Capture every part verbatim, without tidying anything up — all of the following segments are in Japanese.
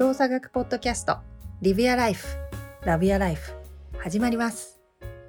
動作学ポッドキャスト Live Your Life Love Your Life 始まります。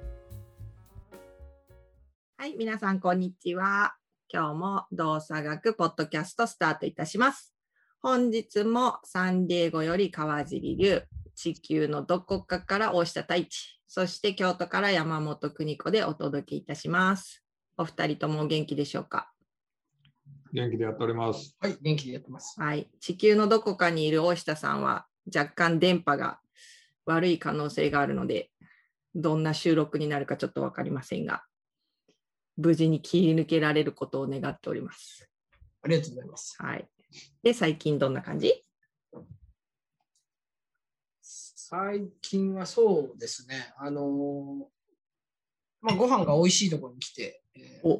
はい、皆さんこんにちは。今日も動作学ポッドキャストスタートいたします。本日もサンディエゴより川尻龍、地球のどこかから大下太一、そして京都から山本邦子でお届けいたします。お二人ともお元気でしょうか？ 元気でやっております。 はい、元気でやってます。 はい、地球のどこかにいる大下さんは若干電波が悪い可能性があるので、どんな収録になるかちょっと分かりませんが、無事に切り抜けられることを願っております。 ありがとうございます。 はい。で、最近どんな感じ？ 最近はそうですね、あのー、まあ、ご飯が美味しいところに来て、えー、 お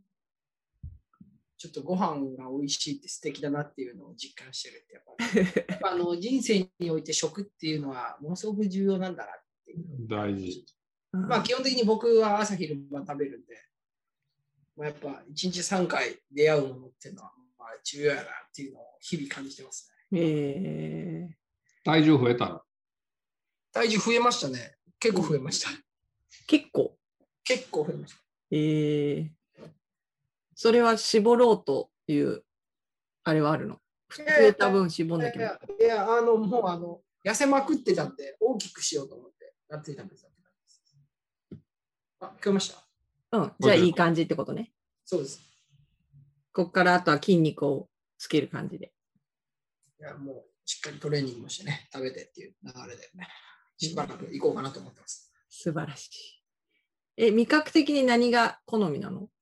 ちょっとご飯が美味しいって素敵だなっていうのを実感してるってやっぱりやっぱあの人生において食っていうのはものすごく重要なんだなっていう。 大事。 まあ基本的に僕は朝昼晩食べるんで、まあ、やっぱいちにちさんかい出会うものっていうのはまあ重要やなっていうのを日々感じてますね。 えー、 体重増えたの？ 体重増えましたね。結構増えました。 結構結構増えました。 えー、それは絞ろうというあれはあるの？増えた分絞んなきゃ。 いやいや、あのもうあの痩せまくってたんで大きくしようと思ってやっていたんです。あ、聞こえました？ うん、じゃあいい感じってことね。 そうです。 ここからあとは筋肉をつける感じで。 いや、もうしっかりトレーニングもしてね、食べてっていう流れでね、しばらく行こうかなと思ってます。 素晴らしい。え、味覚的に何が好みなの？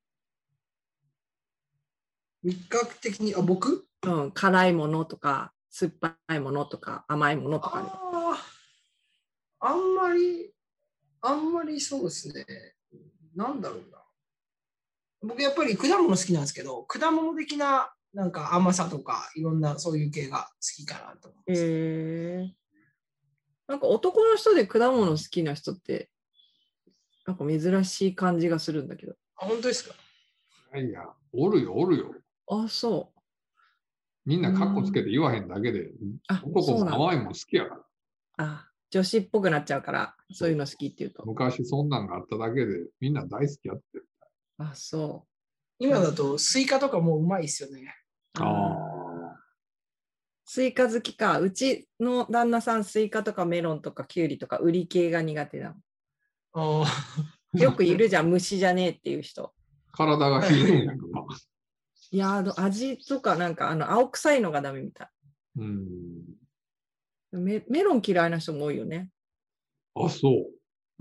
味覚的に、あ、僕？ うん、辛いものとか、酸っぱいものとか、甘いものとかある。 ああ、あんまり、あんまりそうですね。なんだろうな。僕やっぱり果物好きなんですけど、果物的ななんか甘さとか、いろんなそういう系が好きかなと思います。 へえ。なんか男の人で果物好きな人って、なんか珍しい感じがするんだけど。 あ、本当ですか？ いやいや、おるよ、おるよ。 あ、そう。 みんなカッコつけて言わへんだけで、男も甘いもん好きやから。 あ、女子っぽくなっちゃうから、そういうの好きっていうと。 昔そんなんがあっただけで、みんな大好きやってる。 あ、そう。 今だとスイカとかもうまいですよね。 ああ。 スイカ好きか。うちの旦那さん、スイカとかメロンとかキュウリとか売り系が苦手なの。よくいるじゃん、虫じゃねえっていう人。 体が冷えるんやんか。 いや、味とかなんかあの青臭いのがダメみたい。 うんメ。メロン嫌いな人も多いよね。 あ、そう。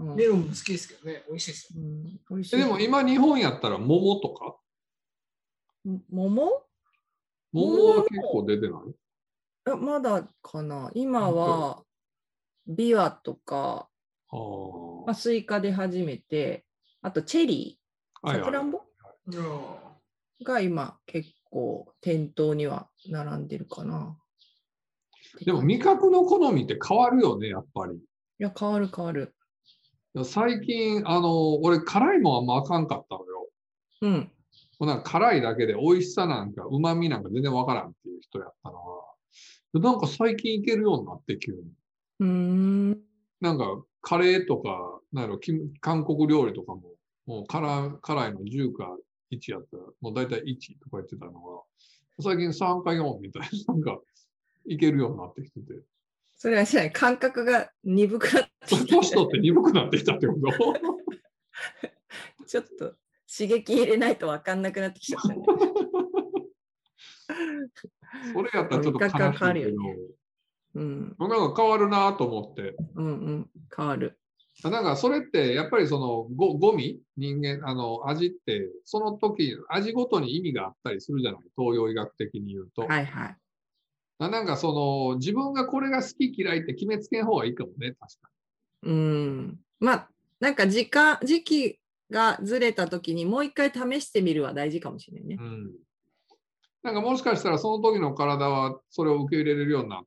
うん、メロンも好きですけどね、美味しいですよ。 うん、美味しい。 でも今日本やったら桃とか桃？ 桃は結構出てない？ まだかな。今はビワとか、まあ、スイカで始めて、あとチェリー、さくらんぼが今結構店頭には並んでるかな。 でも味覚の好みって変わるよね、やっぱり。いや、変わる変わる。 最近、あの、俺辛いもんあんまあかんかったのよ。 うん。 なんか辛いだけで美味しさなんか、旨味なんか全然わからんっていう人やったのは、なんか最近いけるようになって急に。 うーん。 なんかカレーとか、なんやろ、韓国料理とかも、もう辛辛いのじゅうかいちやったら、もう大体いちとか言ってたのが、最近さんかよんみたいな、なんかいけるようになってきてて。 それはしない、感覚が鈍くなってきた。 年取って鈍くなってきたってことちょっと刺激入れないと分かんなくなってきちゃったね。 それやったらちょっと悲しいけど、ね、 うん、 なんか変わるなと思って。 うんうん、変わる。 なんかそれってやっぱりそのごゴミ人間あの味ってその時味ごとに意味があったりするじゃない、東洋医学的に言うと。 はいはい。 なんかその自分がこれが好き嫌いって決めつけん方がいいかもね、確かに。うん。まあなんか時間時期がずれた時にもう一回試してみるは大事かもしれないね。 うん。なんかもしかしたらその時の体はそれを受け入れれるようになって、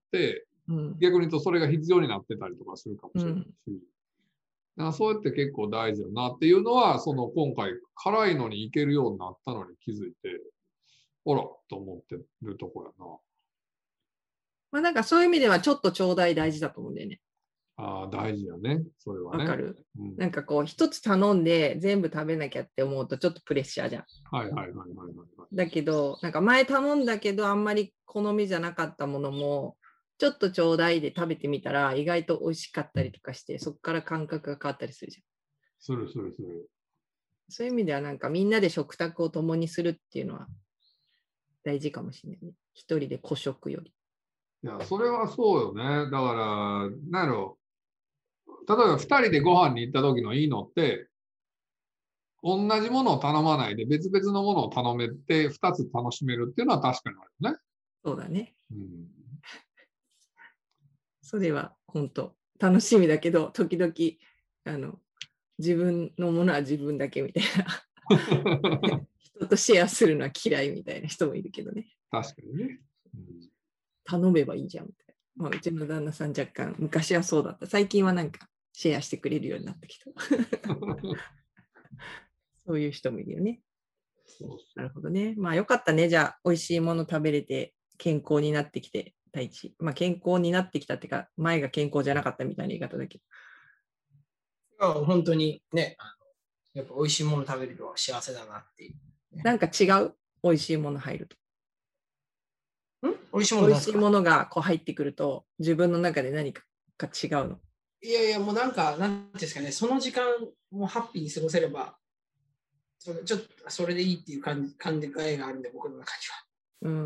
うん、逆に言うとそれが必要になってたりとかするかもしれないし。うん、なんかそうやって結構大事だなっていうのは、その今回辛いのにいけるようになったのに気づいて、あらと思ってるところやな。 まあなんかそういう意味ではちょっとちょうだい大事だと思うんだよね。 ああ、大事よね。それはね。 わかる、 うん、 なんかこう一つ頼んで全部食べなきゃって思うとちょっとプレッシャーじゃん。 はいはいはいはいはい。 だけど、なんか前頼んだけどあんまり好みじゃなかったものも、ちょっとちょうだいで食べてみたら意外と美味しかったりとかして、そこから感覚が変わったりするじゃん。 するするする。 そういう意味ではなんかみんなで食卓を共にするっていうのは大事かもしれないね。一人で個食より。 いや、それはそうよね。だから、なんやろ。例えばふたりでご飯に行った時のいいのって、同じものを頼まないで別々のものを頼めてふたつ楽しめるっていうのは確かにあるよね。 そうだね。 うん、 それは本当楽しみだけど、時々あの自分のものは自分だけみたいな。人とシェアするのは嫌いみたいな人もいるけどね。 確かにね。うん、 頼めばいいじゃんみたいな。まあ、うちの旦那さん若干昔はそうだった。最近はなんかシェアしてくれるようになってきた。そういう人もいるよね。 そうそう。 なるほどね。まあよかったね。じゃあ美味しいもの食べれて健康になってきて、第一。まあ健康になってきたっていうか、前が健康じゃなかったみたいな言い方だけど。本当にね、あのやっぱ美味しいもの食べると幸せだなっていう、 ね。なんか違う美味しいもの入ると。 ん美味しいもの美味しいものがこう入ってくると、自分の中で何かが違うの。 いやいや、もうなんか、なんていうんですかね、その時間もハッピーに過ごせれば、それちょっとそれでいいっていう感じ感じがあるんで、僕の中には。うん、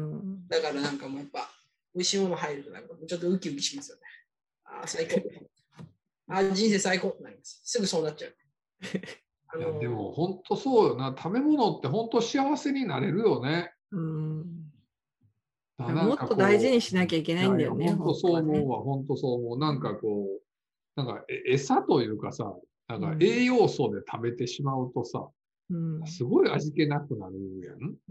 だからなんかもうやっぱ、美味しいもの入るとなんかちょっとウキウキしますよね。ああ、最高。ああ、人生最高ってなります。すぐそうなっちゃう。 いやでも本当そうよな。食べ物って本当幸せになれるよね。 うん。 だもっと大事にしなきゃいけないんだよね。 本当そう思うわ。本当そう思う。なんかこう、なんか餌というかさ、なんか栄養素で食べてしまうとさ、うん、すごい味気なくなるやん。 うん、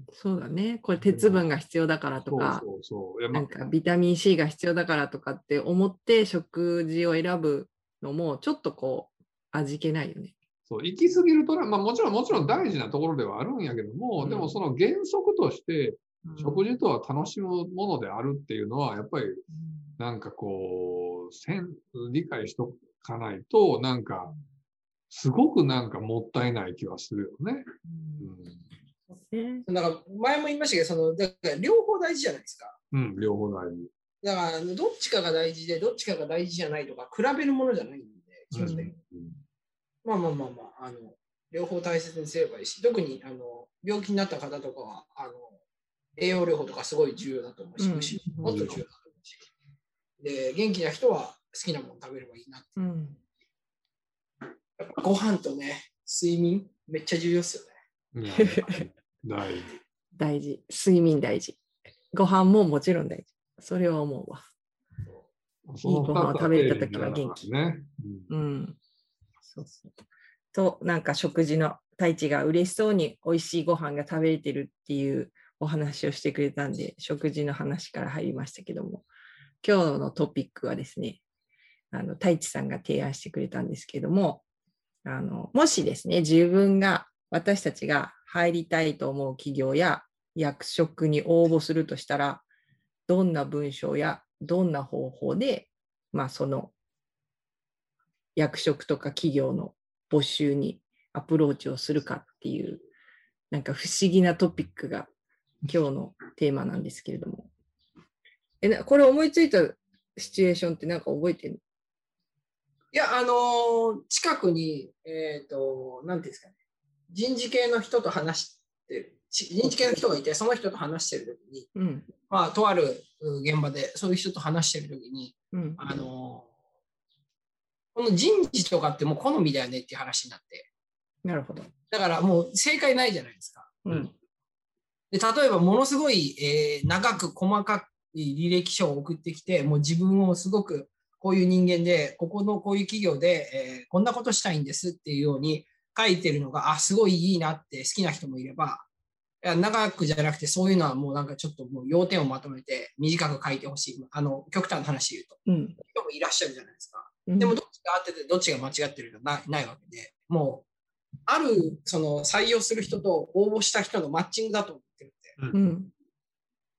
そうだね。これ鉄分が必要だからとか、 そうそうそう。 なんかビタミン C が必要だからとかって思って食事を選ぶのもちょっとこう味気ないよね。 そう行き過ぎると、まあ、もちろんもちろん大事なところではあるんやけども、うん、でもその原則として食事とは楽しむものであるっていうのはやっぱりなんかこうせん理解しとかないとなんかすごくなんかもったいない気はするよね。 うんうん、だから前も言いましたけど、そのだから両方大事じゃないですか。 うん、両方大事。 だからどっちかが大事でどっちかが大事じゃないとか比べるものじゃないんで、基本的に。うんうん、まあまあまあまあ、あの両方大切にすればいいし、特にあの病気になった方とかはあの栄養療法とかすごい重要だと思うし、むしろもっと重要だと思うし、で元気な人は好きなもの食べればいいなって。うん、やっぱご飯とね、睡眠めっちゃ重要ですよね。 大事。 大事。睡眠大事。ご飯ももちろん大事。それは思うわ。いいご飯を食べれたときは元気。ね、うん。うん。そうそう。と、なんか食事の太一が嬉しそうに美味しいご飯が食べれてるっていうお話をしてくれたんで、食事の話から入りましたけども、今日のトピックはですね、あの太一さんが提案してくれたんですけども、あのもしですね、自分が私たちが入りたいと思う企業や役職に応募するとしたら、どんな文章やどんな方法で、まあ、その役職とか企業の募集にアプローチをするかっていう、なんか不思議なトピックが今日のテーマなんですけれども。え、これ思いついたシチュエーションってなんか覚えてる？ いや、あのー、近くに、えっと、なんていうんですかね、人事系の人と話してる、人事系の人がいて、その人と話してるときに、うん、まあ、とある現場でそういう人と話してるときに、うん、あのー、この人事とかってもう好みだよねっていう話になって。 なるほど。 だからもう正解ないじゃないですか。うん、で例えばものすごい、えー、長く細かい履歴書を送ってきて、もう自分をすごくこういう人間で、ここのこういう企業で、えー、こんなことしたいんですっていうように書いてるのが、あ、すごいいいなって好きな人もいれば、いや長くじゃなくてそういうのはもうなんかちょっともう要点をまとめて短く書いてほしい。あの、極端な話で言うと、うん、人もいらっしゃるじゃないですか。うん、でもどっちが合っててどっちが間違ってるのはない、ないわけで、もう、あるその採用する人と応募した人のマッチングだと思ってるんで。うん、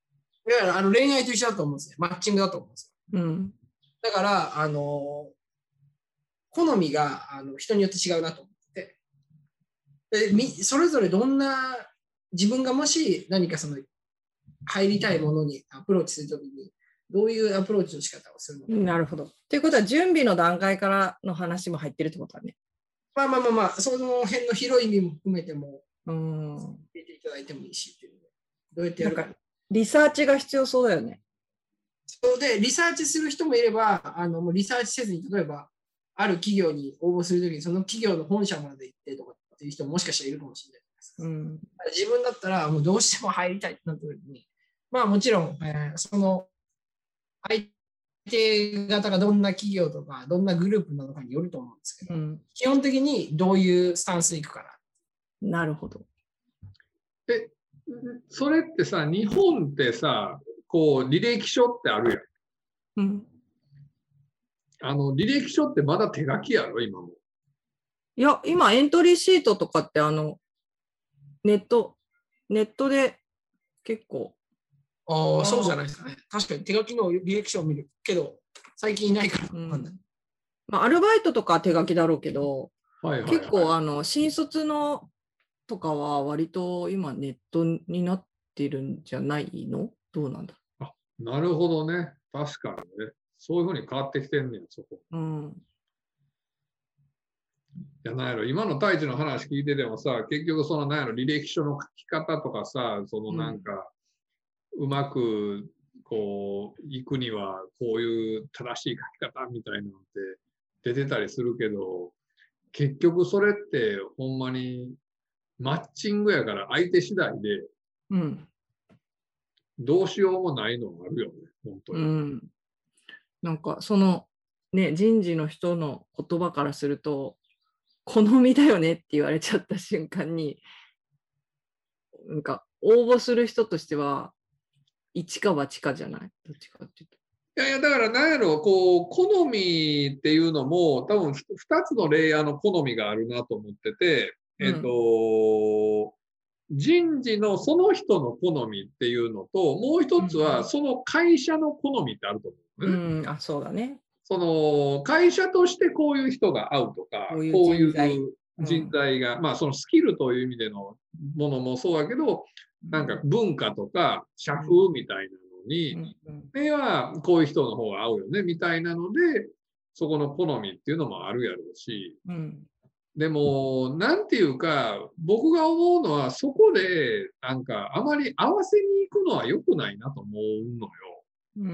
いわゆるあの恋愛と一緒だと思うんですね。マッチングだと思うんですよ。うん、 だから、あの、好みがあの人によって違うなと思っててで、それぞれどんな、自分がもし何かその入りたいものにアプローチするときに、どういうアプローチの仕方をするのか。 なるほど。ということは、準備の段階からの話も入ってるってことだね。 まあまあまあまあ、その辺の広い意味も含めても、 うん。 入れていただいてもいいしっていうので、どうやってやるか。 リサーチが必要そうだよね。 そうで、リサーチする人もいれば、あのもうリサーチせずに、例えば、ある企業に応募するときに、その企業の本社まで行ってとかっていう人ももしかしたらいるかもしれないですか。うん、自分だったら、もうどうしても入りたいってなったときに、まあもちろん、えー、その相手方がどんな企業とか、どんなグループなのかによると思うんですけど、うん、基本的にどういうスタンスでいくかな。 なるほど。 え、それってさ、日本ってさ、こう、履歴書ってあるやん。うん。あの、履歴書ってまだ手書きやろ、今も。 いや、今、エントリーシートとかって、あの、ネット、ネットで結構。 ああ、そうじゃないですかね。確かに手書きの履歴書を見るけど、最近いないから分かんない。うん、 まあ、アルバイトとかは手書きだろうけど、はいはいはい、結構、あの、新卒のとかは割と今ネットになってるんじゃないの？どうなんだ。 あ、なるほどね。確かにね。そういうふうに変わってきてんねん、そこ。うん。いや、なんやろ、今の太一の話聞いててもさ、結局そのなんやろ、履歴書の書き方とかさ、そのなんか、うまく、こう、行くには、こういう正しい書き方みたいなのって出てたりするけど、結局それってほんまにマッチングやから相手次第で、うん、どうしようもないのがあるよね、本当に。うん、 なんかそのね、人事の人の言葉からすると、好みだよねって言われちゃった瞬間に、なんか応募する人としては、一か八かじゃない？どっちかっていうと。 いやいや、だから何やろ、こう、好みっていうのも、多分ふたつのレイヤーの好みがあるなと思ってて、うん、えっと、人事のその人の好みっていうのと、もう一つはその会社の好みってあると思う、ね。 うん、あ、そうだね。 その会社としてこういう人が合うとか、こういう人材が、うん、まあそのスキルという意味でのものもそうだけど、なんか文化とか社風みたいなのに、ではこういう人の方が合うよねみたいなので、そこの好みっていうのもあるやろうし、うん、でも、なんていうか、僕が思うのは、そこで、なんか、あまり合わせに行くのは良くないなと思うのよ。うん、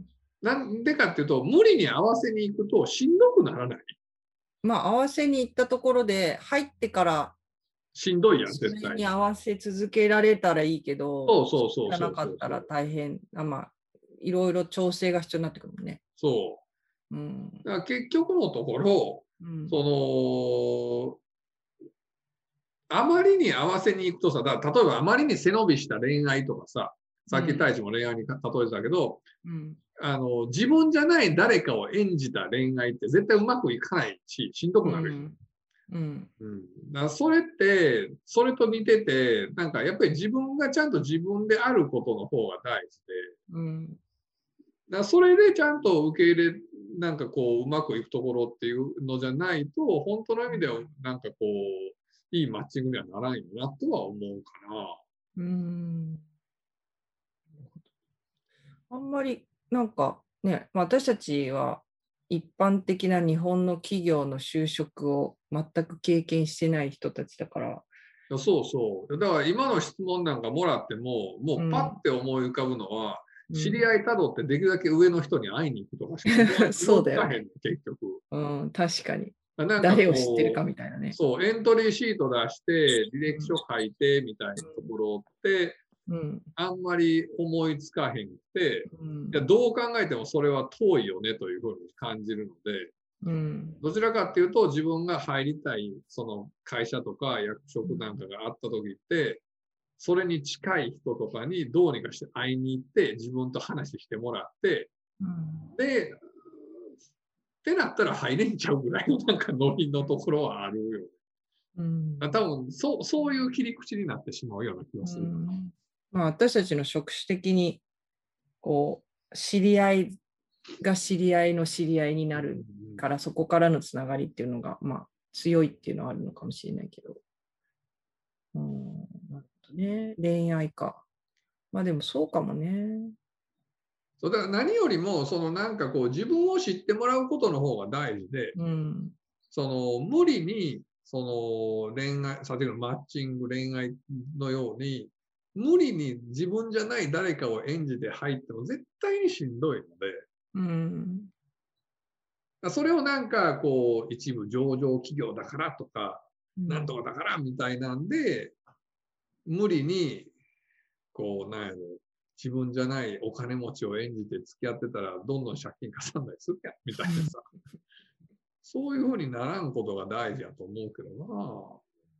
なんでかっていうと、無理に合わせに行くとしんどくならない。 まあ、合わせに行ったところで、入ってから、 しんどいやん、絶対。 それに合わせ続けられたらいいけど、 そうそうそうそう。なかったら大変、まあ、いろいろ調整が必要になってくるもんね。 そう。うん、だから結局のところ、うん、その、あまりに合わせに行くとさ、だ例えばあまりに背伸びした恋愛とかさ、さっき太一も恋愛に例えてたけど、うん、あの自分じゃない誰かを演じた恋愛って絶対うまくいかないし、しんどくなる。うんうんうん、だからそれって、それと似てて、なんかやっぱり自分がちゃんと自分であることの方が大事で、うん、だからそれでちゃんと受け入れ、なんかこう、うまくいくところっていうのじゃないと、本当の意味ではなんかこう、いいマッチングにはならないなとは思うかな。うん。 あんまりなんかね、私たちは一般的な日本の企業の就職を全く経験してない人たちだから。 そうそう。だから今の質問なんかもらっても、もうパッて思い浮かぶのは、うん、知り合いたどってできるだけ上の人に会いに行くとかしかそうだよね。 結局。 うん、確かに。なんか誰を知ってるかみたいなね。 そう、エントリーシート出して、履歴書書いてみたいなところって、うん、あんまり思いつかへんくて、うん、いやどう考えてもそれは遠いよねというふうに感じるので、うん、どちらかっていうと自分が入りたいその会社とか役職なんかがあった時って、それに近い人とかにどうにかして会いに行って自分と話してもらって、うん、で、ってなったら入れんちゃうぐらいのなんかノリのところはあるよ。うん、多分そう、そういう切り口になってしまうような気がする。うん、 まあ、私たちの職種的にこう知り合いが知り合いの知り合いになるから、そこからのつながりっていうのが、まあ、強いっていうのはあるのかもしれないけど。うん、なるほどね。恋愛か。まあでもそうかもね。 そうだから何よりもそのなんかこう自分を知ってもらうことの方が大事で、 うん、 その無理にその恋愛、先ほどのマッチング恋愛のように無理に自分じゃない誰かを演じて入っても絶対にしんどいので、 うん、 それをなんかこう一部上場企業だからとか、 うん、 なんとかだからみたいなんで無理にこうなんやろ自分じゃないお金持ちを演じて付き合ってたらどんどん借金かさんだりするやんみたいなさ、そういうふうにならんことが大事やと思うけど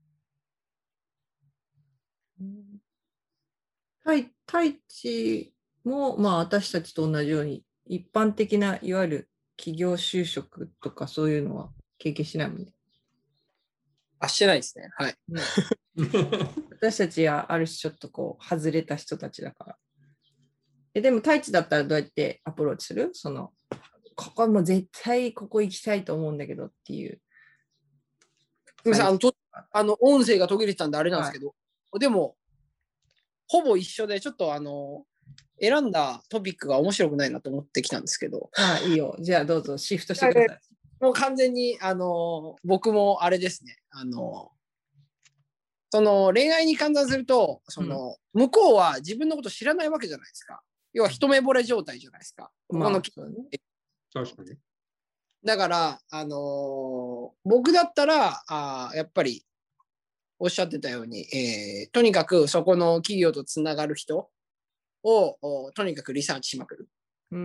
な。太太一も、まあ、私たちと同じように一般的ないわゆる企業就職とかそういうのは経験しないもんね。 あ、してないですね。はい。 ね私たちはある種ちょっとこう外れた人たちだから。えでも太一だったらどうやってアプローチする？そのここも絶対ここ行きたいと思うんだけどっていう。 すみません、あのとあの音声が途切れてたんであれなんですけど、はい、でもほぼ一緒でちょっとあの選んだトピックが面白くないなと思ってきたんですけど。 ああ、いいよ。じゃあどうぞシフトしてください。 もう完全にあの僕もあれですね。あのその恋愛に換算するとその、うん、向こうは自分のこと知らないわけじゃないですか。要は一目惚れ状態じゃないですか。ここの、 まあ、確かに。 だから、あのー、僕だったらあやっぱりおっしゃってたように、えー、とにかくそこの企業とつながる人をとにかくリサーチしまくる。 うん、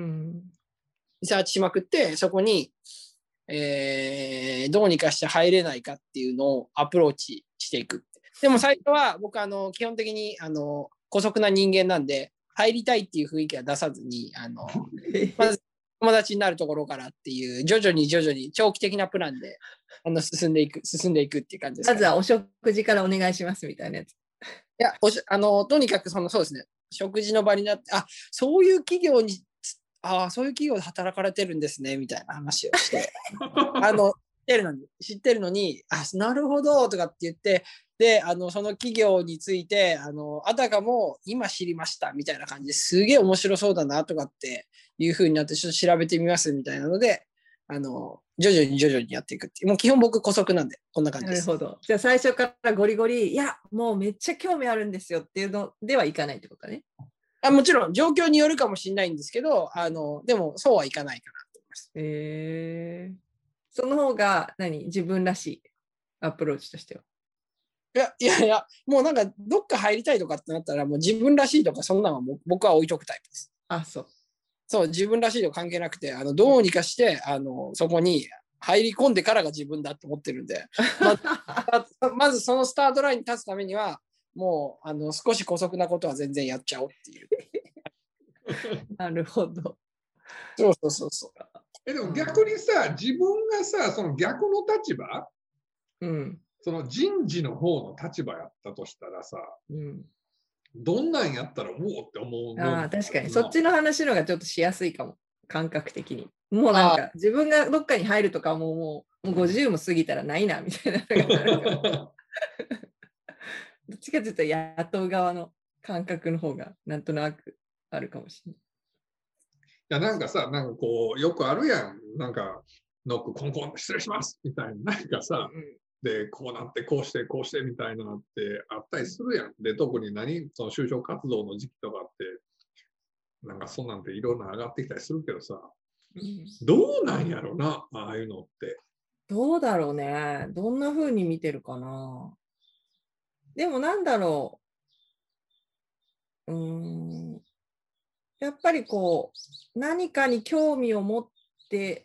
リサーチしまくってそこに、えー、どうにかして入れないかっていうのをアプローチしていく。でも最初は僕あの基本的にあの姑息な人間なんで入りたいっていう雰囲気は出さずにあのまず友達になるところからっていう徐々に徐々に長期的なプランであの進んでいく進んでいくっていう感じです、ね。 まずはお食事からお願いしますみたいなやつ。いやおしあのとにかくそのそうですね食事の場になってあそういう企業にあそういう企業で働かれてるんですねみたいな話をしてあの知ってるのに知ってるのにあなるほどとかって言ってであのその企業についてあのあたかも今知りましたみたいな感じですげえ面白そうだなとかっていう風になってちょっと調べてみますみたいなのであの徐々に徐々にやっていくっていうもう基本僕姑息なんでこんな感じです。 なるほど。じゃあ最初からゴリゴリいやもうめっちゃ興味あるんですよっていうのではいかないってことね。 あもちろん状況によるかもしれないんですけどあのでもそうはいかないかなと思います。 へえー、その方が何自分らしいアプローチとしては。 いやいやいやもうなんかどっか入りたいとかってなったらもう自分らしいとかそんなのはもう僕は置いとくタイプです。 あそうそう自分らしいと関係なくてあのどうにかしてあのそこに入り込んでからが自分だと思ってるんで、ま, まずそのスタートラインに立つためにはもうあの少し姑息なことは全然やっちゃおうっていうなるほど。 そうそうそうそうえでも逆にさ自分がさその逆の立場、 うん、 その人事の方の立場やったとしたらさ、うん、どんなんやったらおおって思うの？あ確かにそっちの話のがちょっとしやすいかも感覚的に。もうなんか自分がどっかに入るとかももうもうごじゅうも過ぎたらないなみたいなどっちかというと雇う側の感覚の方がなんとなくあるかもしれない。 いやなんかさなんかこうよくあるやんなんかノックコンコン失礼しますみたいななんかさ、うんうん、でこうなってこうしてこうしてみたいなのってあったりするやん。で特に何その就職活動の時期とかってなんかそんなんていろんな上がってきたりするけどさ、うん、どうなんやろなああいうのって。 どうだろうね。どんな風に見てるかな。でもなんだろう。うーん。やっぱりこう何かに興味を持って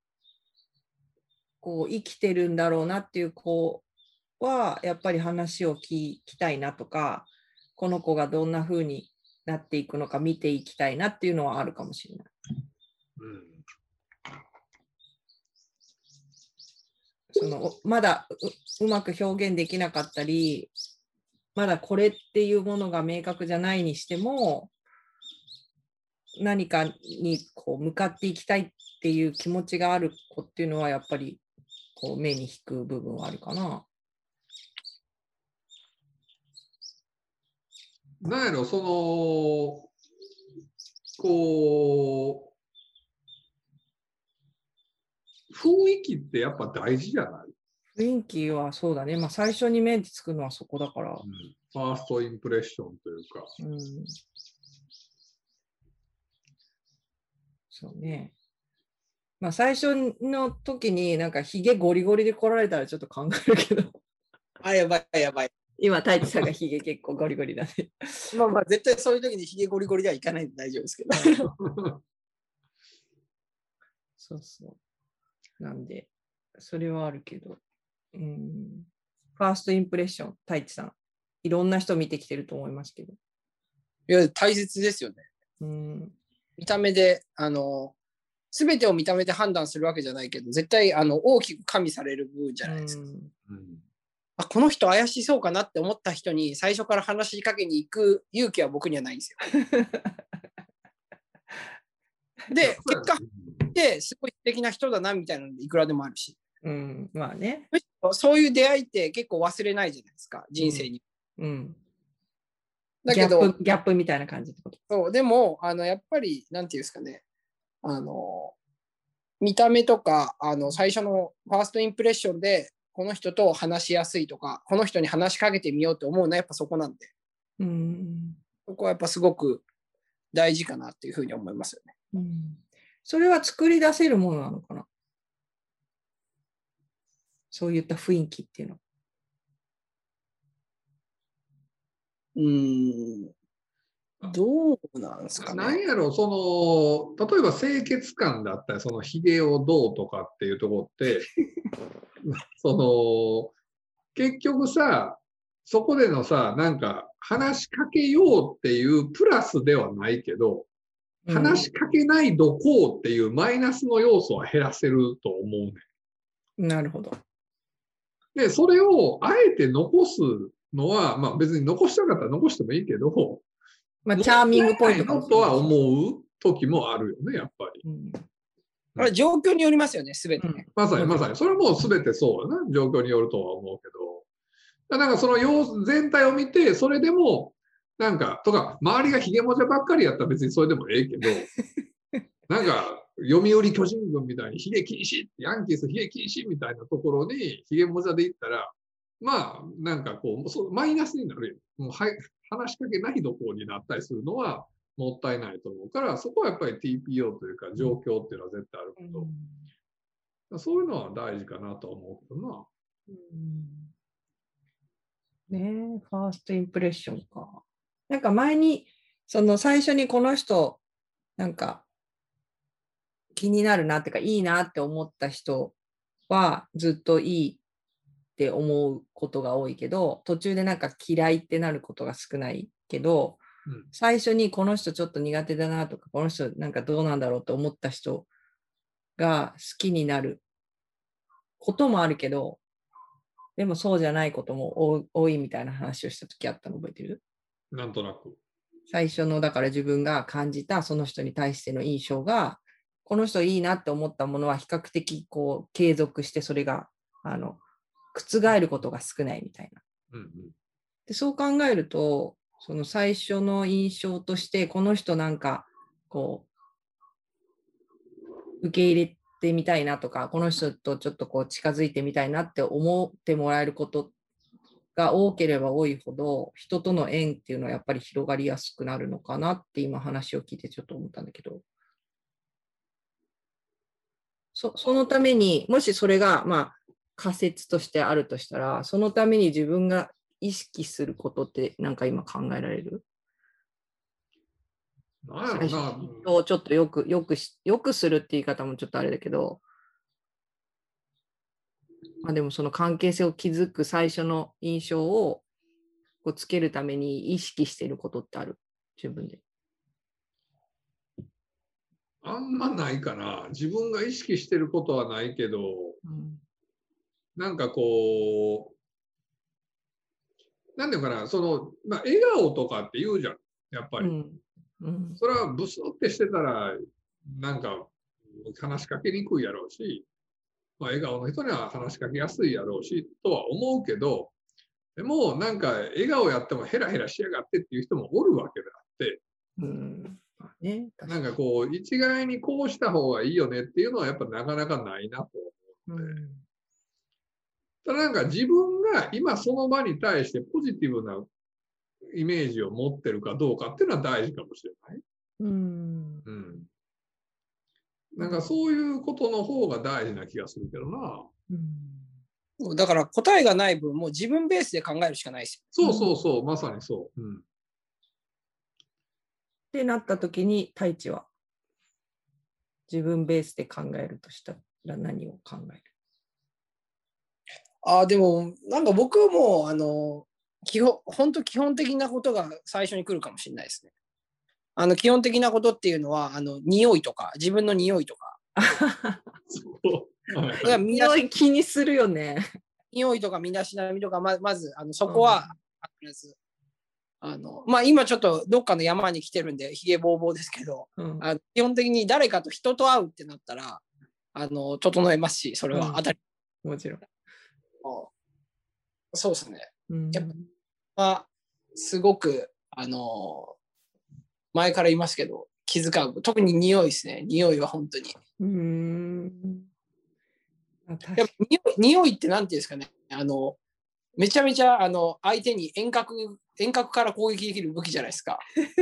こう生きてるんだろうなっていう子はやっぱり話を聞きたいなとか、この子がどんな風になっていくのか見ていきたいなっていうのはあるかもしれない。うん、そのまだ う, うまく表現できなかったり、まだこれっていうものが明確じゃないにしても、 何かにこう向かっていきたいっていう気持ちがある子っていうのはやっぱりこう目に引く部分はあるかな。 なんやろ、その、こう、雰囲気ってやっぱ大事じゃない？ 雰囲気はそうだね。まあ最初に目につくのはそこだから。うん、 ファーストインプレッションというか。 うん、そうね。まあ最初の時になんかヒゲゴリゴリで来られたらちょっと考えるけど。 あ、やばいやばい。 今、太一さんがヒゲ結構ゴリゴリだね。 まあまあ、絶対そういう時にヒゲゴリゴリではいかないんで大丈夫ですけど。 そうそう。なんで、それはあるけど。うん、ファーストインプレッション、太一さん。いろんな人見てきてると思いますけど。 いや、大切ですよね。 うん、 見た目で、あの、すべてを見た目で判断するわけじゃないけど、絶対あの大きく加味される部分じゃないですか。うんうん、あ、この人怪しそうかなって思った人に最初から話しかけに行く勇気は僕にはないんですよ。で、結果ですごい素敵な人だなみたいなのでいくらでもあるし。 うん、まあね。 そういう出会いって結構忘れないじゃないですか、人生に。 うん。うん、 だけどギャップ、ギャップみたいな感じってこと。 そう、でも、あの、やっぱり、なんていうんですかね、あの、見た目とか、あの、最初のファーストインプレッションで、この人と話しやすいとか、この人に話しかけてみようと思うのはやっぱそこなんで。 うん。 そこはやっぱすごく大事かなっていうふうに思いますよね。 うん。それは作り出せるものなのかな？そういった雰囲気っていうの。 うーん。どうなんですかね。 なんやろ、その、例えば清潔感だったり、そのヒゲをどうとかっていうところって、その、結局さ、そこでのさ、なんか話しかけようっていうプラスではないけど、うん、話しかけないどこうっていうマイナスの要素は減らせると思うね。 なるほど。 で、それをあえて残すのは、まあ別に残したかったら残してもいいけど、 まあ、チャーミングポイントかもとは思う時もあるよね、やっぱり。うん、 これ状況によりますよね、すべてね、 うん。まさに、まさに。それはもうすべてそうだな、状況によるとは思うけど。なんかその様全体を見て、それでも、なんか、とか、周りがヒゲもじゃばっかりやったら別にそれでもええけど、なんか、読売巨人軍みたいにヒゲ禁止、ヤンキースヒゲ禁止みたいなところにヒゲもじゃでいったら、まあ、なんかこう、そうマイナスになるよ。もうはい話しかけないどころになったりするのはもったいないと思うから、そこはやっぱり ティーピーオー というか状況っていうのは絶対あるけど、うん、そういうのは大事かなと思うけどな。 うん、ねえ、ファーストインプレッションか。なんか前に、その最初にこの人、なんか気になるなっていうか、いいなって思った人はずっといいって思うことが多いけど、途中でなんか嫌いってなることが少ないけど、うん、最初にこの人ちょっと苦手だなとか、この人なんかどうなんだろうと思った人が好きになることもあるけど、でもそうじゃないことも多いみたいな話をした時あったの覚えてる？ なんとなく。 最初のだから自分が感じたその人に対しての印象が、この人いいなって思ったものは比較的こう継続してそれがあの覆ることが少ないみたいな。うんうん、でそう考えると、その最初の印象としてこの人なんかこう受け入れてみたいなとか、この人とちょっとこう近づいてみたいなって思ってもらえることが多ければ多いほど、人との縁っていうのはやっぱり広がりやすくなるのかなって今話を聞いてちょっと思ったんだけど、そ, そのためにもしそれがまあ仮説としてあるとしたら、そのために自分が意識することって何か今考えられる？ なんやろな。 をちょっとよくよくよくするって言い方もちょっとあれだけど、まあ、でもその関係性を築く最初の印象をこうつけるために意識していることってある？自分で。 あんまないかな。自分が意識してることはないけど、うん、なんかこう、なんていうかな、その、まあ、笑顔とかって言うじゃん、やっぱり。うん、 うん、それはブスってしてたらなんか話しかけにくいやろうし、まあ、笑顔の人には話しかけやすいやろうしとは思うけど、でもなんか笑顔やってもヘラヘラしやがってっていう人もおるわけであって、うんね、なんかこう一概にこうした方がいいよねっていうのはやっぱなかなかないなと思うので、うん、ただなんか自分が今その場に対してポジティブなイメージを持ってるかどうかっていうのは大事かもしれない。うん、うん、なんかそういうことの方が大事な気がするけどな。 うん、だから答えがない分もう自分ベースで考えるしかないですよ。そうそうそう、まさにそう。うん、 ってなった時に太一は自分ベースで考えるとしたら何を考える？ あでもなんか僕もあの基本本当基本的なことが最初に来るかもしれないですね。あの基本的なことっていうのはあの匂いとか自分の匂いとか。 匂い気にするよね。 匂いとか身だしなみとかままずあのそこは必ず、うん、あのまあ今ちょっとどっかの山に来てるんでひげぼうぼうですけど、うん、あの基本的に誰かと人と会うってなったらあの整えますし、それは当たり、 うん、もちろん。 そうですね。うん、やっぱすごくあの前から言いますけど気遣う、特に匂いですね。匂いは本当に。うーんやっぱ匂い、匂いってなんていうんですかね。あのめちゃめちゃあの相手に遠隔遠隔から攻撃できる武器じゃないですか。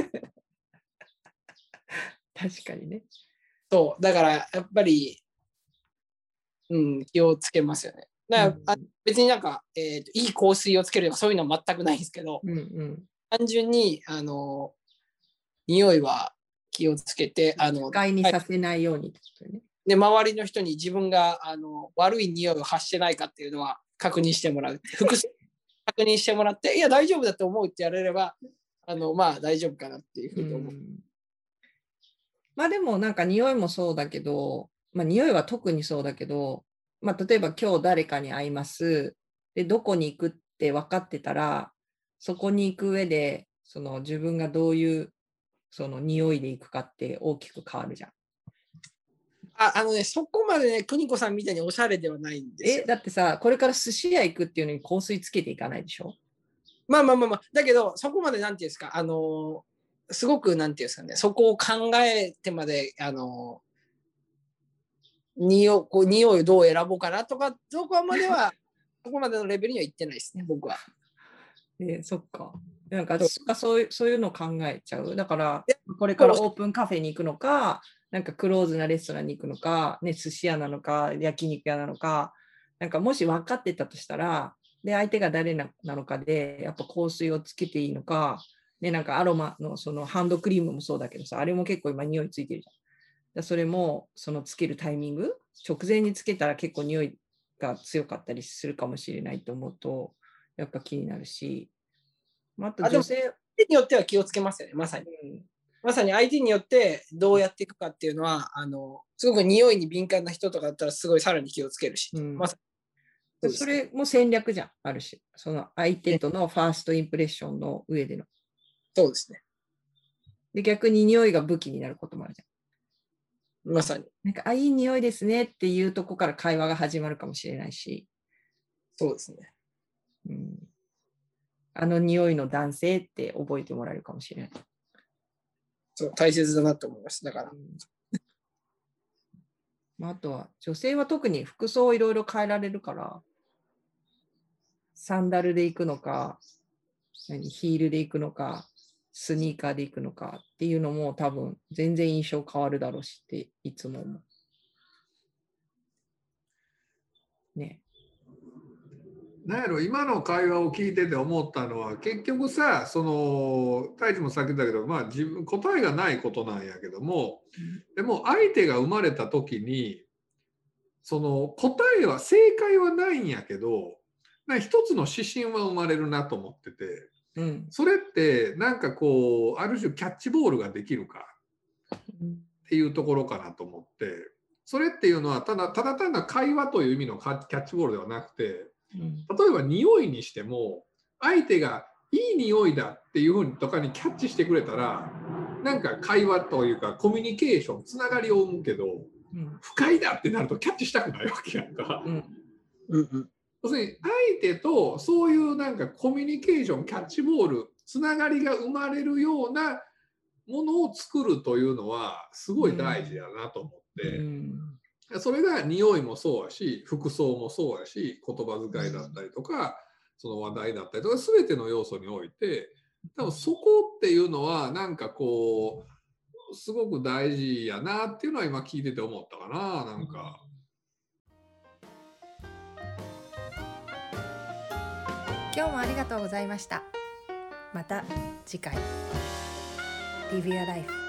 確かにね。 そうだからやっぱり、うん、気をつけますよね。だから、うん、別になんか、えーと、いい香水をつければそういうのは全くないんですけど、うんうん、単純にあの匂いは気をつけてあの不快にさせないように、 ね、で周りの人に自分があの悪い匂いを発してないかっていうのは確認してもらう。複数確認してもらっていや大丈夫だと思うってやれればあのまあ大丈夫かなっていうふうに思う。うん、 まあでもなんか匂いもそうだけど、まあ匂いは特にそうだけど、まあ例えば今日誰かに会います。で、どこに行くって分かってたら、そこに行く上で、その自分がどういうその匂いで行くかって大きく変わるじゃん。 あ、あのね、そこまでね、邦子さんみたいにおしゃれではないんですよ。 え、だってさ、これから寿司屋行くっていうのに香水つけていかないでしょ？ まあまあまあまあ、だけど、そこまでなんていうんですか、あのー、すごくなんていうんですかね、そこを考えてまで、あのー、匂こう匂いをどう選ぼうかなとか、そこまでは、そこまでのレベルには行ってないですね、僕は。 えー、そっか。なんかそういう、そういうのを考えちゃう。だから、これからオープンカフェに行くのか、なんかクローズなレストランに行くのか、ね、寿司屋なのか、焼肉屋なのか、なんかもし分かってたとしたら、で、相手が誰なのかで、やっぱ香水をつけていいのか、ね、なんかアロマのそのハンドクリームもそうだけどさ、あれも結構今匂いついてるじゃん。だそれも、そのつけるタイミング、直前につけたら結構匂いが強かったりするかもしれないと思うと、やっぱ気になるし、あと女性相手によっては気をつけますよね、まさに。うんまさに相手によってどうやっていくかっていうのは、あのすごく匂いに敏感な人とかだったらすごいさらに気をつけるし、うんまあ、 そ, それも戦略じゃん、ある種。その相手とのファーストインプレッションの上での。 そうですね。 で、逆に匂いが武器になることもあるじゃん。まさに。 なんか、あ、いい匂いですねっていうとこから会話が始まるかもしれないし。 そうですね。 うん、あの匂いの男性って覚えてもらえるかもしれない。 そう大切だなと思います。だから。 うん、あとは女性は特に服装をいろいろ変えられるから、サンダルで行くのか、何ヒールで行くのか、スニーカーで行くのかっていうのも多分全然印象変わるだろうしっていつも思う。ね。 なんやろ今の会話を聞いてて思ったのは結局さその太一もさっき言ったけど、まあ、自分答えがないことなんやけども、うん、でも相手が生まれた時にその答えは正解はないんやけど一つの指針は生まれるなと思ってて、うん、それってなんかこうある種キャッチボールができるかっていうところかなと思ってそれっていうのはただただ単な会話という意味のキャッチボールではなくて例えば匂いにしても相手がいい匂いだっていうふうにとかにキャッチしてくれたらなんなんか会話というかコミュニケーションつながりを生むけど、うん、不快だってなるとキャッチしたくないわけやんか。うんうんうん、要するに相手とそういうなんかコミュニケーションキャッチボールつながりが生まれるようなものを作るというのはすごい大事だなと思って、うんうん、それが匂いもそうやし服装もそうやし言葉遣いだったりとか、うん、その話題だったりとか全ての要素において多分そこっていうのはなんかこうすごく大事やなっていうのは今聞いてて思ったかな。なんか今日もありがとうございました。また次回 Live Your Life